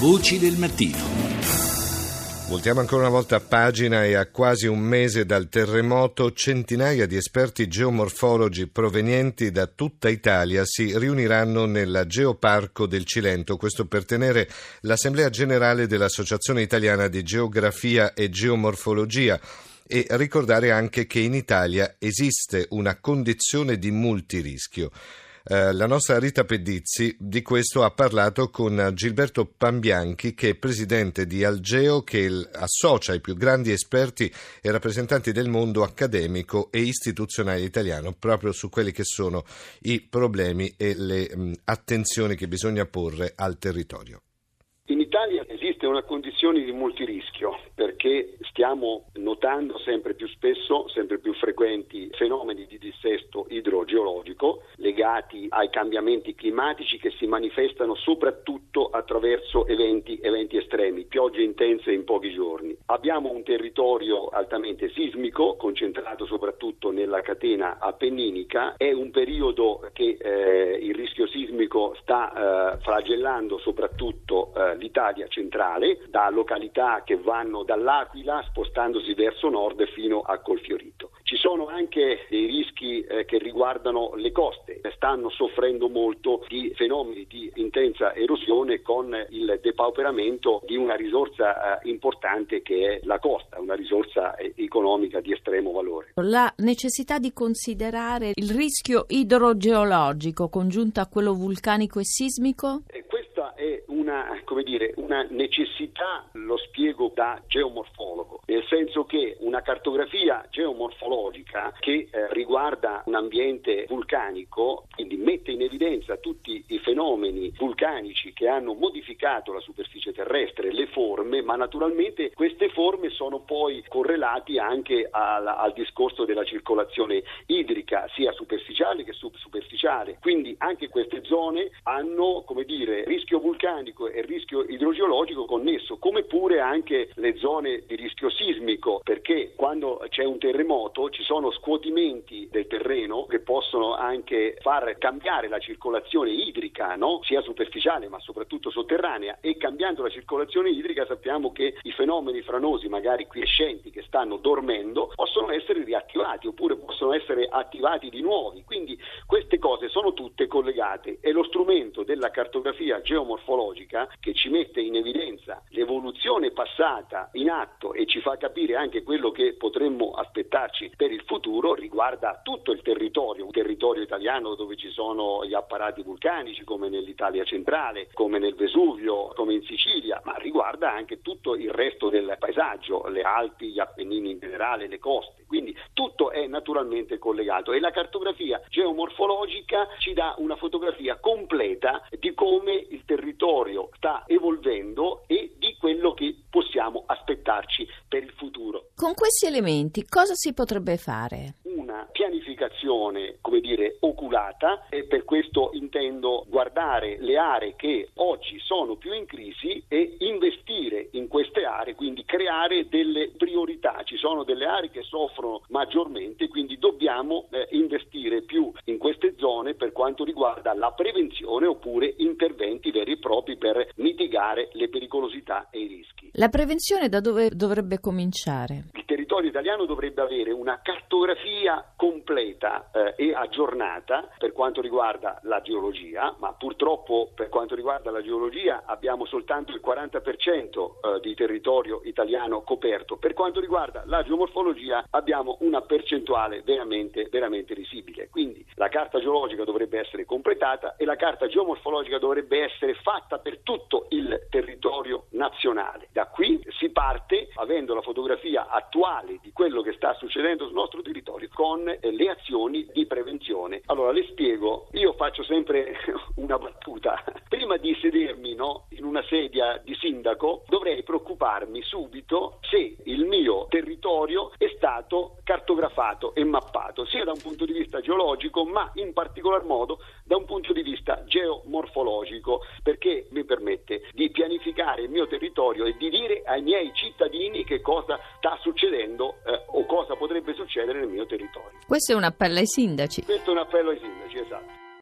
Voci del mattino. Voltiamo ancora una volta a pagina e a quasi un mese dal terremoto centinaia di esperti geomorfologi provenienti da tutta Italia si riuniranno nel Geoparco del Cilento, questo per tenere l'Assemblea Generale dell'Associazione Italiana di Geografia e Geomorfologia e ricordare anche che in Italia esiste una condizione di multirischio. La nostra Rita Pedizzi di questo ha parlato con Gilberto Pambianchi, che è presidente di Algeo, che associa i più grandi esperti e rappresentanti del mondo accademico e istituzionale italiano proprio su quelli che sono i problemi e le attenzioni che bisogna porre al territorio. In Italia esiste una condizione di multirischio perché stiamo notando sempre più spesso, sempre più frequenti fenomeni di dissesto idrogeologico legati ai cambiamenti climatici che si manifestano soprattutto attraverso eventi estremi, piogge intense in pochi giorni. Abbiamo un territorio altamente sismico concentrato soprattutto nella catena appenninica, è un periodo che il rischio sismico sta flagellando soprattutto l'Italia centrale, da località che vanno dall'Aquila spostandosi verso nord fino a Colfiorito. Ci sono anche dei rischi che riguardano le coste, stanno soffrendo molto di fenomeni di intensa erosione con il depauperamento di una risorsa importante che è la costa, una risorsa economica di estremo valore. La necessità di considerare il rischio idrogeologico congiunto a quello vulcanico e sismico? Questa è una necessità, lo spiego da geomorfologo, nel senso che una cartografia geomorfologica che riguarda un ambiente vulcanico, quindi mette in evidenza tutti i fenomeni vulcanici che hanno modificato la superficie terrestre, le forme, ma naturalmente queste forme sono poi correlati anche al discorso della circolazione idrica, sia superficiale che subsuperficiale. Quindi anche queste zone hanno, rischio vulcanico e rischio idrogeologico connesso, come pure anche le zone di rischio sismico, perché quando c'è un terremoto ci sono scuotimenti del terreno che possono anche far cambiare la circolazione idrica, sia superficiale ma soprattutto sotterranea, e cambiando la circolazione idrica sappiamo che i fenomeni franosi magari quiescenti che stanno dormendo possono essere riattivati oppure possono essere attivati di nuovo. Quindi queste cose sono tutte collegate e lo strumento della cartografia geomorfologica, che ci mette in evidenza l'evoluzione passata in atto e ci fa capire anche quello che potremmo aspettarci per il futuro, riguarda tutto il territorio, un territorio italiano dove ci sono gli apparati vulcanici come nell'Italia centrale, come nel Vesuvio, come in Sicilia, ma riguarda anche tutto il resto del paesaggio, le Alpi, gli Appennini in generale, le coste. Quindi tutto è naturalmente collegato e la cartografia geomorfologica ci dà una fotografia completa di come il territorio sta evolvendo e di quello che possiamo aspettarci per il futuro. Con questi elementi cosa si potrebbe fare? Una pianificazione, oculata, e per questo intendo guardare le aree che oggi sono più in crisi e investire in queste aree, quindi creare delle priorità. Ci sono delle aree che soffrono maggiormente, quindi dobbiamo investire più in queste zone per quanto riguarda la prevenzione oppure interventi veri e propri per mitigare le pericolosità e i rischi. La prevenzione da dove dovrebbe cominciare? Il territorio italiano dovrebbe avere una cartografia completa e aggiornata per quanto riguarda la geologia, ma purtroppo per quanto riguarda la geologia abbiamo soltanto il 40% di territorio italiano coperto. Per quanto riguarda la geomorfologia abbiamo una percentuale veramente risibile. Quindi la carta geologica dovrebbe essere completata e la carta geomorfologica dovrebbe essere fatta per tutto il territorio nazionale. Da qui si parte avendo la fotografia attuale di quello che sta succedendo sul nostro territorio con le azioni di prevenzione. Allora le spiego, io faccio sempre una battuta. Prima di sedermi in una sedia di sindaco dovrei preoccuparmi subito se il mio territorio è stato cartografato e mappato, sia da un punto di vista geologico ma in particolar modo da un punto di vista geomorfologico, perché mi permette di pianificare il mio territorio e di dire ai miei cittadini che cosa sta succedendo o cosa potrebbe succedere nel mio territorio. Questo è un appello ai sindaci. Questo è un appello ai